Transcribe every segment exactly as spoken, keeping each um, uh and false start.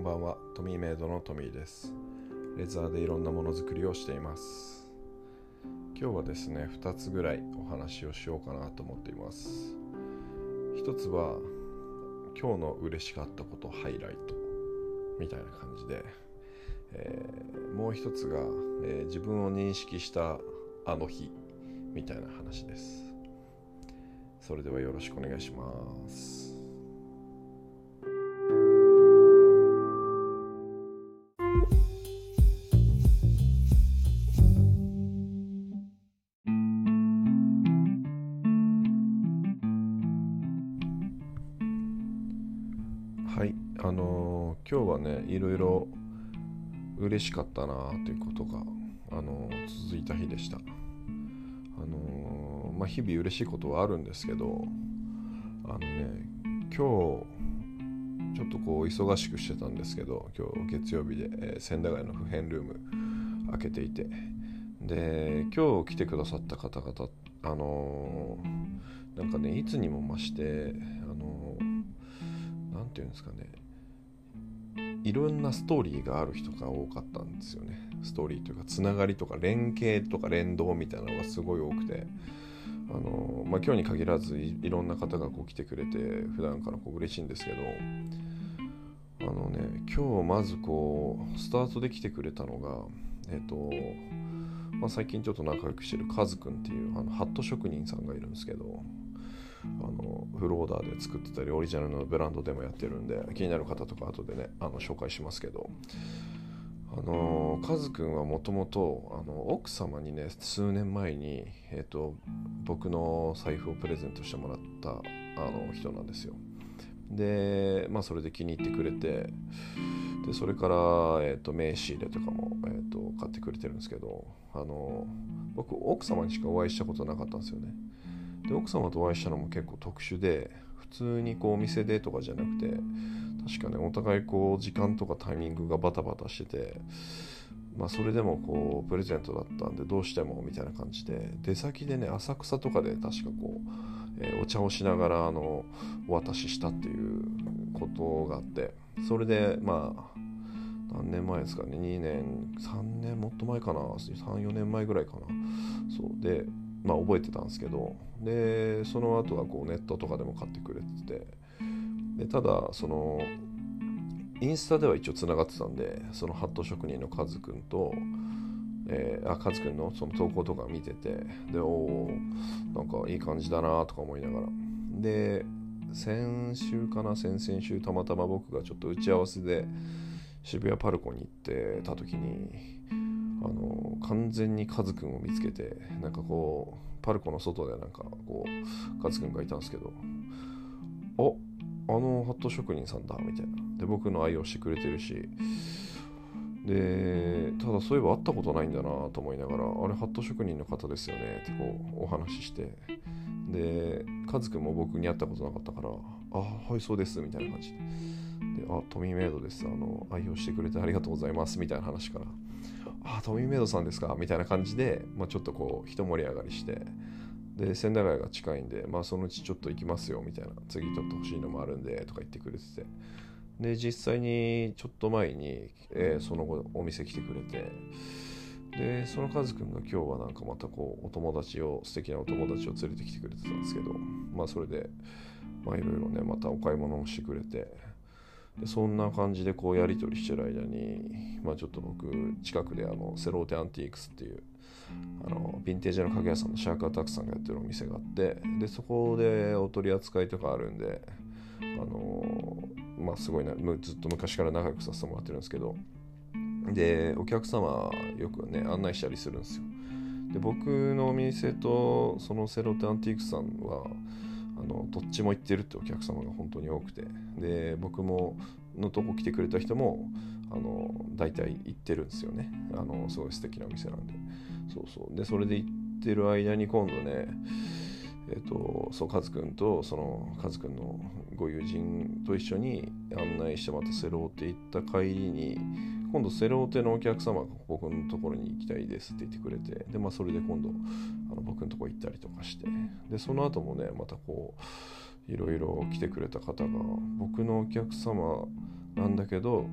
ばんは。トミーメイドのトミーです。レザーでいろんなものづくりをしています。今日はですね、ふたつぐらいお話をしようかなと思っています。ひとつは今日の嬉しかったことハイライトみたいな感じで、えー、もうひとつが、えー、自分を認識したあの日みたいな話です。それではよろしくお願いします。はい、あのー、今日はね、いろいろ嬉しかったなということが、あのー、続いた日でした。あのー、まあ日々嬉しいことはあるんですけど、あのね、今日ちょっとこう忙しくしてたんですけど、今日月曜日で、えー、千駄ヶ谷の普遍ルーム開けていて、で今日来てくださった方々、あのー、なんかね、いつにも増して、あのー、なんていうんですかね、いろんなストーリーがある人が多かったんですよね。ストーリーというかつながりとか連携とか連動みたいなのがすごい多くて、あのまあ、今日に限らず い, いろんな方がこう来てくれて普段からこう嬉しいんですけど、あのね、今日まずこうスタートで来てくれたのが、えっとまあ、最近ちょっと仲良くしてるカズくんっていうあのハット職人さんがいるんですけど、あのフルオーダーで作ってたりオリジナルのブランドでもやってるんで、気になる方とか後でねあの紹介しますけど、あのカズくんはもともと奥様にね数年前に、えー、と僕の財布をプレゼントしてもらったあの人なんですよ。で、まあ、それで気に入ってくれて、でそれから、えー、と名刺入れとかも、えー、と買ってくれてるんですけど、あの僕奥様にしかお会いしたことなかったんですよね。で奥様とお会いしたのも結構特殊で、普通にこうお店でとかじゃなくて、確かねお互いこう時間とかタイミングがバタバタしてて、まあそれでもこうプレゼントだったんでどうしてもみたいな感じで、出先でね浅草とかで確かこう、えー、お茶をしながらあのお渡ししたっていうことがあって、それでまあ何年前ですかね、にねんさんねんもっと前かな、さんよねんまえぐらいかな。そうでまあ覚えてたんですけど、でその後はこうネットとかでも買ってくれてて、でただそのインスタでは一応つながってたんで、そのハット職人のカズくんと、えー、あカズくんのその投稿とか見てて、でおーなんかいい感じだなとか思いながら、で先週かな先々週たまたま僕がちょっと打ち合わせで渋谷パルコに行ってた時に、あの完全にカズくんを見つけて、なんかこうパルコの外でなんかこうカズくんがいたんですけど、ああのハット職人さんだみたいな。で僕の愛用してくれてるし、でただそういえば会ったことないんだなと思いながら、あれハット職人の方ですよねってこうお話しして、でカズくんも僕に会ったことなかったから、あはいそうですみたいな感じで、であトミーメイドです、あの愛用してくれてありがとうございますみたいな話から、あトミーメイドさんですかみたいな感じで、まあ、ちょっとこう一盛り上がりして、で千駄ヶ谷が近いんで、まあそのうちちょっと行きますよみたいな、次取ってほしいのもあるんでとか言ってくれてて、で実際にちょっと前に、えー、その後お店来てくれて、でそのカズくんが今日はなんかまたこうお友達を素敵なお友達を連れてきてくれてたんですけど、まあそれでまあいろいろねまたお買い物もしてくれて、でそんな感じでこうやり取りしてる間に、まあちょっと僕近くであのセローテアンティークスっていうあのヴィンテージの家具屋さんのシャークアタックさんがやってるお店があって、でそこでお取り扱いとかあるんで、あのまあすごいな、ずっと昔から仲良くさせてもらってるんですけど、でお客様よくね案内したりするんですよ。で僕のお店とそのセロテアンティークスさんはあのどっちも行ってるってお客様が本当に多くて、で僕ものとこ来てくれた人もあの大体行ってるんですよね。あのすごい素敵なお店なんで、そうそうでそれで行ってる間に今度ね、えっとそうカズくんとそのカズくんのご友人と一緒に案内してまたセローテ行った帰りに、今度セローテのお客様が僕のところに行きたいですって言ってくれて、でまあそれで今度あの僕のところ行ったりとかして、でその後もねまたこういろいろ来てくれた方が僕のお客様なんだけど、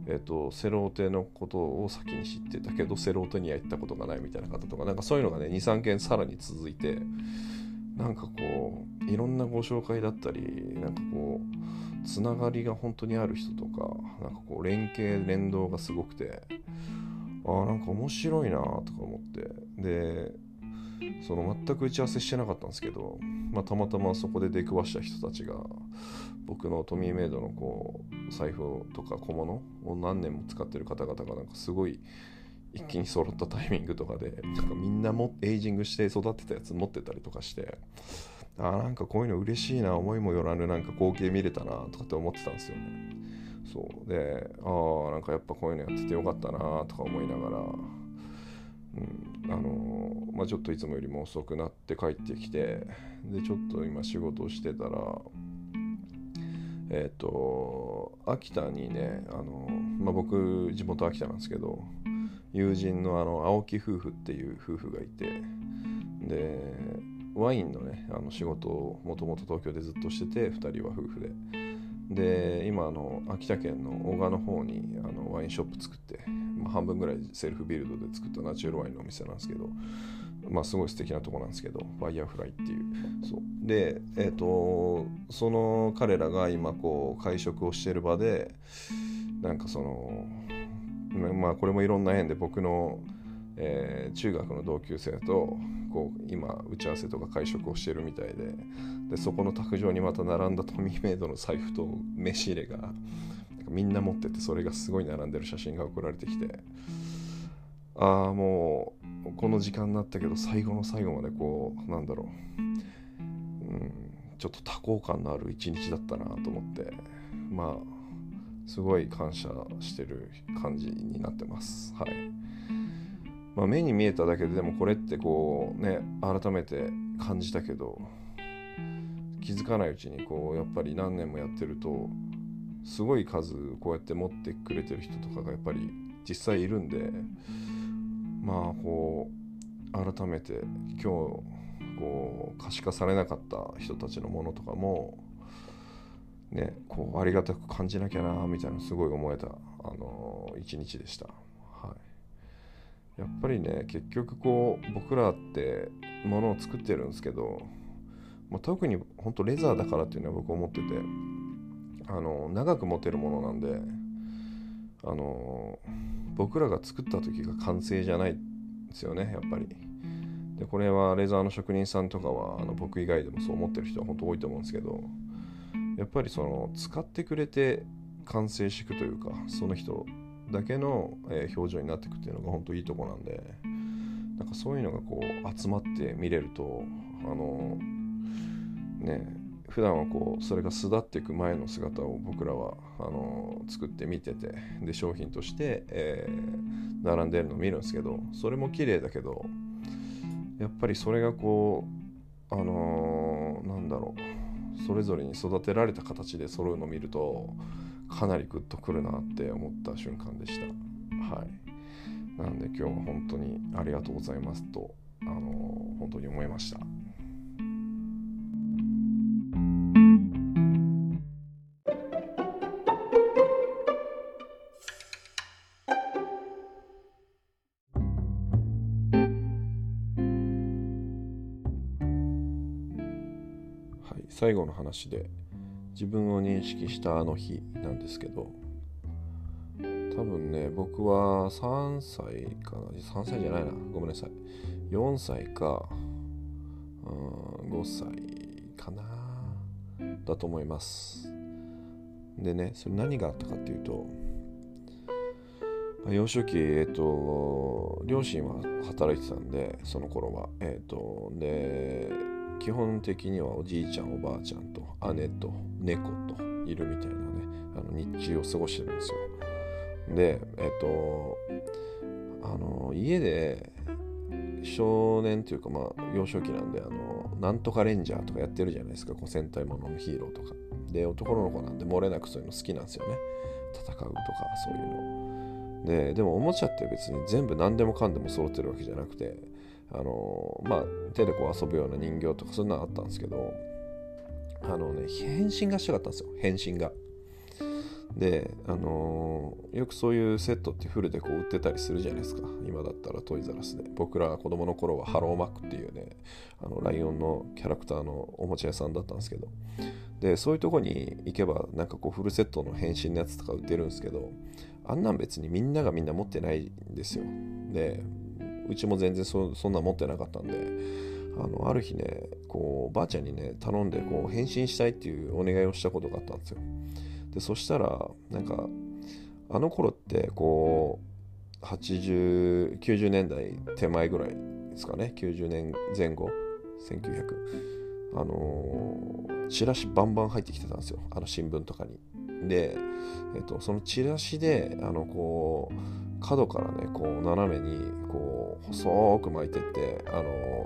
えーと、セローテのことを先に知ってたけどセローテには行ったことがないみたいな方とか、なんかそういうのがね にさんけんさらに続いて、なんかこういろんなご紹介だったり、なんかこうつながりが本当にある人とか、なんかこう連携連動がすごくて、ああなんか面白いなとか思って、でその全く打ち合わせしてなかったんですけど、まあ、たまたまそこで出くわした人たちが僕のトミーメイドのこう財布とか小物を何年も使ってる方々がなんかすごい一気に揃ったタイミングとかで、なんかみんなもエイジングして育てたやつ持ってたりとかして、あーなんかこういうの嬉しいな、思いもよらぬなんか光景見れたなとかって思ってたんですよね。そうで、ああなんかやっぱこういうのやっててよかったなとか思いながら、うんあのーまあ、ちょっといつもよりも遅くなって帰ってきて、でちょっと今仕事をしてたら、えっ、ー、と秋田にね、あのーまあ、僕地元秋田なんですけど、友人のあの青木夫婦っていう夫婦がいて、でワインのねあの仕事をもともと東京でずっとしてて、ふたりは夫婦で、で今あの秋田県の男鹿の方にあのワインショップ作って、まあ、半分ぐらいセルフビルドで作ったナチュラルワインのお店なんですけど、まあすごい素敵なとこなんですけど、ファイヤーフライっていう、そうでえっ、ー、とその彼らが今こう会食をしてる場で、なんかそのまあこれもいろんな縁で僕の、えー、中学の同級生とこう今打ち合わせとか会食をしてるみたいで、でそこの卓上にまた並んだトミーメイドの財布と名刺入れがなんかみんな持ってて、それがすごい並んでる写真が送られてきて、ああもうこの時間になったけど最後の最後までこうなんだろう、うん、ちょっと多幸感のある一日だったなと思って、まあすごい感謝してる感じになってます。はい。まあ、目に見えただけででもこれってこうね改めて感じたけど、気づかないうちにこうやっぱり何年もやってるとすごい数こうやって持ってくれてる人とかがやっぱり実際いるんで、まあこう改めて今日こう可視化されなかった人たちのものとかもね、こうありがたく感じなきゃなみたいなすごい思えた、あのー、一日でした。はい、やっぱりね結局こう僕らってものを作ってるんですけど、まあ、特に本当レザーだからっていうのは僕思ってて、あのー、長く持てるものなんで、あのー、僕らが作った時が完成じゃないんですよねやっぱり。でこれはレザーの職人さんとかはあの僕以外でもそう思ってる人は本当多いと思うんですけど、やっぱりその使ってくれて完成していくというか、その人だけの、えー、表情になっていくっていうのが本当いいとこなんで、なんかそういうのがこう集まって見れると、あのー、ね普段はこうそれが巣立っていく前の姿を僕らはあのー、作って見てて、で商品として、えー、並んでるのを見るんですけど、それも綺麗だけどやっぱりそれがこうあのー、なんだろうそれぞれに育てられた形で揃うのを見るとかなりグッとくるなって思った瞬間でした。はい。なので今日は本当にありがとうございますと、あのー、本当に思いました。はい、最後の話で自分を認識したあの日なんですけど、多分ね僕はさんさいかなさんさいじゃないなごめんなさいよんさいか、うん、ごさいかなだと思います。でねそれ何があったかっていうと、幼少期えっ、ー、と両親は働いてたんでその頃はえっ、ー、とで基本的にはおじいちゃんおばあちゃんと姉と猫といるみたいなねあの日中を過ごしてるんですよ。でえっとあの家で少年というかまあ幼少期なんであのなんとかレンジャーとかやってるじゃないですか、こう戦隊もののヒーローとかで、男の子なんで漏れなくそういうの好きなんですよね、戦うとかそういうので。でもおもちゃって別に全部何でもかんでも揃ってるわけじゃなくて、あのまあ手でこう遊ぶような人形とかそんなのあったんですけど、あのね変身がしたかったんですよ、変身が。 で、あのーよくそういうセットってフルでこう売ってたりするじゃないですか。今だったらトイザらスで、僕らが子供の頃はハローマックっていうね、あのライオンのキャラクターのおもちゃ屋さんだったんですけど、でそういうとこに行けばなんかこうフルセットの変身のやつとか売ってるんですけど、あんなん別にみんながみんな持ってないんですよ。でうちも全然 そ, そんな持ってなかったんで、あのある日ね、こうばあちゃんにね頼んでこう変身したいっていうお願いをしたことがあったんですよ。でそしたらなんかあの頃ってこうはちじゅう、きゅうじゅうねんだい手前ぐらいですかね、きゅうじゅうねんぜん後、せんきゅうひゃく、あのーチラシバンバン入ってきてたんですよ、あの新聞とかに。で、えっと、そのチラシであのこう角からねこう斜めにこう細く巻いてって、あの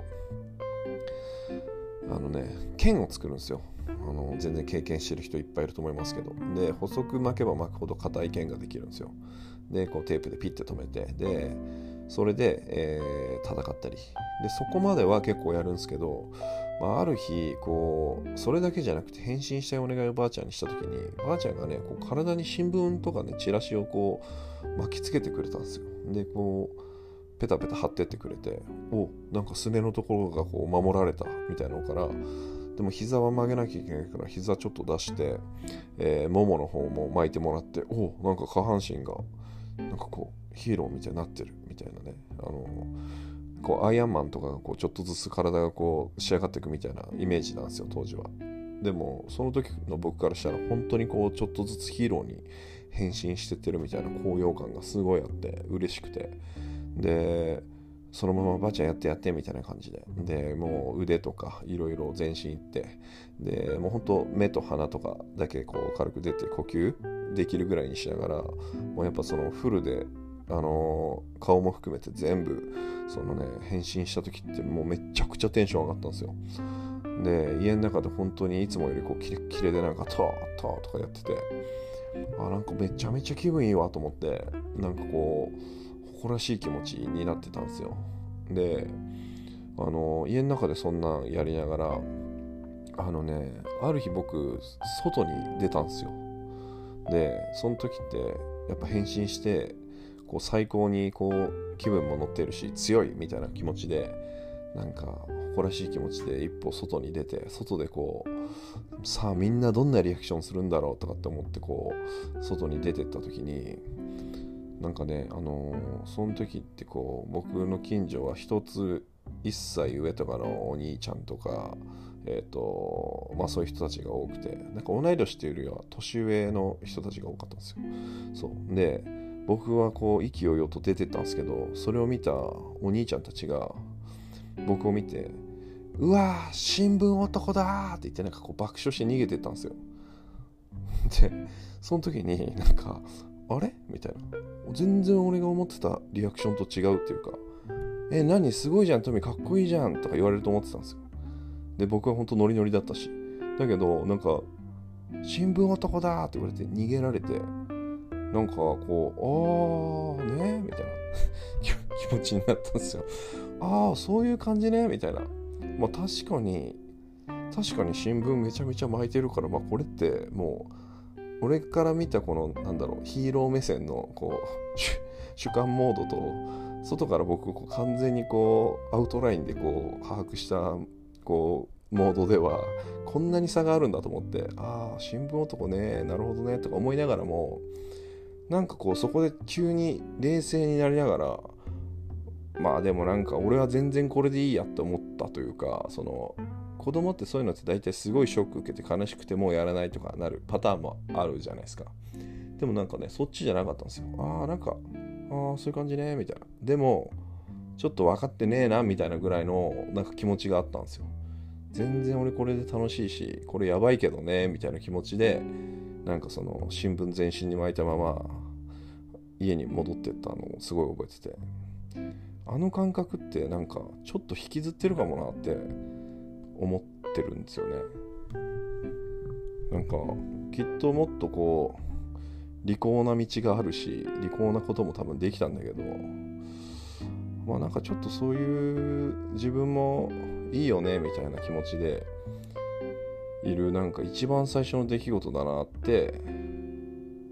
あのね剣を作るんですよ。あの全然経験してる人いっぱいいると思いますけど、で細く巻けば巻くほど硬い剣ができるんですよ。でこうテープでピッて止めて、でそれで、えー戦ったりで、そこまでは結構やるんですけど、まあ、ある日こうそれだけじゃなくて変身したいお願いをばあちゃんにした時に、ばあちゃんがねこう体に新聞とかねチラシをこう巻きつけてくれたんですよ。でこうペタペタ貼ってってくれて、おなんかすねのところがこう守られたみたいなのから、でも膝は曲げなきゃいけないから膝ちょっと出して、えー、ももの方も巻いてもらって、おなんか下半身がなんかこうヒーローみたいになってるみたいなね、あのこうアイアンマンとかがこうちょっとずつ体がこう仕上がっていくみたいなイメージなんですよ当時は。でもその時の僕からしたら本当にこうちょっとずつヒーローに変身してってるみたいな高揚感がすごいあって嬉しくて、でそのままばあちゃんやってやってみたいな感じで、でもう腕とかいろいろ全身いって、でもうほんと目と鼻とかだけこう軽く出て呼吸できるぐらいにしながら、もうやっぱそのフルであのー顔も含めて全部そのね変身した時ってもうめちゃくちゃテンション上がったんですよ。で家の中で本当にいつもよりこうキレッキレでなんかトートーとかやってて、あなんかめちゃめちゃ気分いいわと思って、なんかこう誇らしい気持ちになってたんですよ。であの家の中でそんなんやりながら、あのねある日僕外に出たんですよ。でその時ってやっぱ変身してこう最高にこう気分も乗ってるし強いみたいな気持ちで、なんか誇らしい気持ちで一歩外に出て、外でこうさあみんなどんなリアクションするんだろうとかって思ってこう外に出てった時に、なんかねあのー、その時ってこう僕の近所は一ついっさい上とかのお兄ちゃんとか、えーとまあ、そういう人たちが多くて、なんか同い年っていうよりは年上の人たちが多かったんですよ。そうで僕はこう意気揚々と出てったんですけど、それを見たお兄ちゃんたちが僕を見て、うわー新聞男だーって言ってなんかこう爆笑して逃げてったんですよ。でその時になんかあれみたいな、全然俺が思ってたリアクションと違うっていうか、え何すごいじゃんトミーかっこいいじゃんとか言われると思ってたんですよ。で僕は本当ノリノリだったし、だけどなんか新聞男だーって言われて逃げられて、なんかこうあーねみたいな気持ちになったんですよ。ああそういう感じねみたいな。まあ確かに確かに新聞めちゃめちゃ巻いてるから、まあこれってもう俺から見たこのなんだろうヒーロー目線のこう主観モードと、外から僕こう完全にこうアウトラインでこう把握したこうモードではこんなに差があるんだと思って、ああ新聞男ねなるほどねとか思いながらも、なんかこうそこで急に冷静になりながら、まあでもなんか俺は全然これでいいやって思ったというか、その子供ってそういうのって大体すごいショック受けて悲しくてもうやらないとかなるパターンもあるじゃないですか。でもなんかねそっちじゃなかったんですよ。ああなんかああそういう感じねみたいな、でもちょっと分かってねえなみたいなぐらいのなんか気持ちがあったんですよ。全然俺これで楽しいしこれやばいけどねみたいな気持ちで、なんかその新聞全身に巻いたまま家に戻ってったのをすごい覚えてて、あの感覚ってなんかちょっと引きずってるかもなって思ってるんですよね。なんかきっともっとこう利口な道があるし利口なことも多分できたんだけど、まあなんかちょっとそういう自分もいいよねみたいな気持ちでいる、なんか一番最初の出来事だなって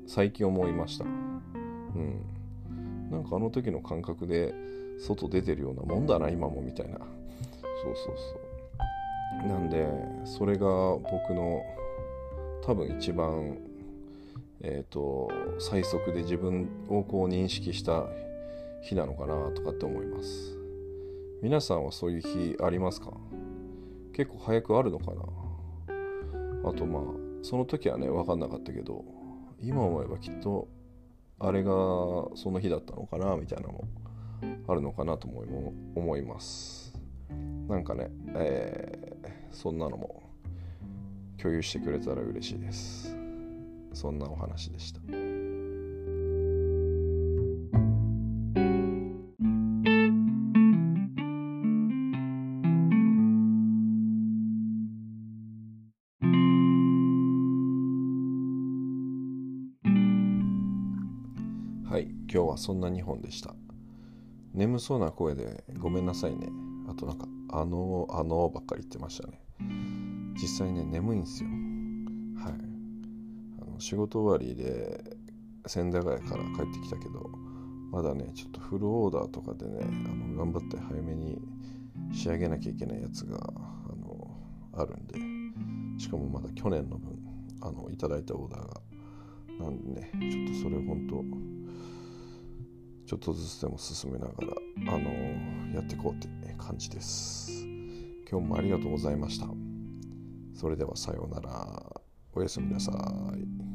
最近思いました。うんなんかあの時の感覚で外出てるようなもんだな今もみたいな。そうそうそうなんでそれが僕の多分一番えっと最速で自分をこう認識した日なのかなとかって思います。皆さんはそういう日ありますか？結構早くあるのかな。あとまあその時はね分かんなかったけど今思えばきっとあれがその日だったのかなみたいなのもあるのかなと思いも思います。なんかね、えー、そんなのも共有してくれたら嬉しいです。そんなお話でした。はい、今日はそんなにほんでした。眠そうな声でごめんなさいね。あとなんかあのあのばっかり言ってましたね。実際ね眠いんですよ。はい。あの仕事終わりで千駄ヶ谷から帰ってきたけどまだねちょっとフルオーダーとかでねあの頑張って早めに仕上げなきゃいけないやつがあのあるんで、しかもまだ去年の分あのいただいたオーダーがなんでねちょっとそれを本当ちょっとずつでも進めながらあのやっていこうっていう、ね、感じです。今日もありがとうございました。それではさようなら。おやすみなさい。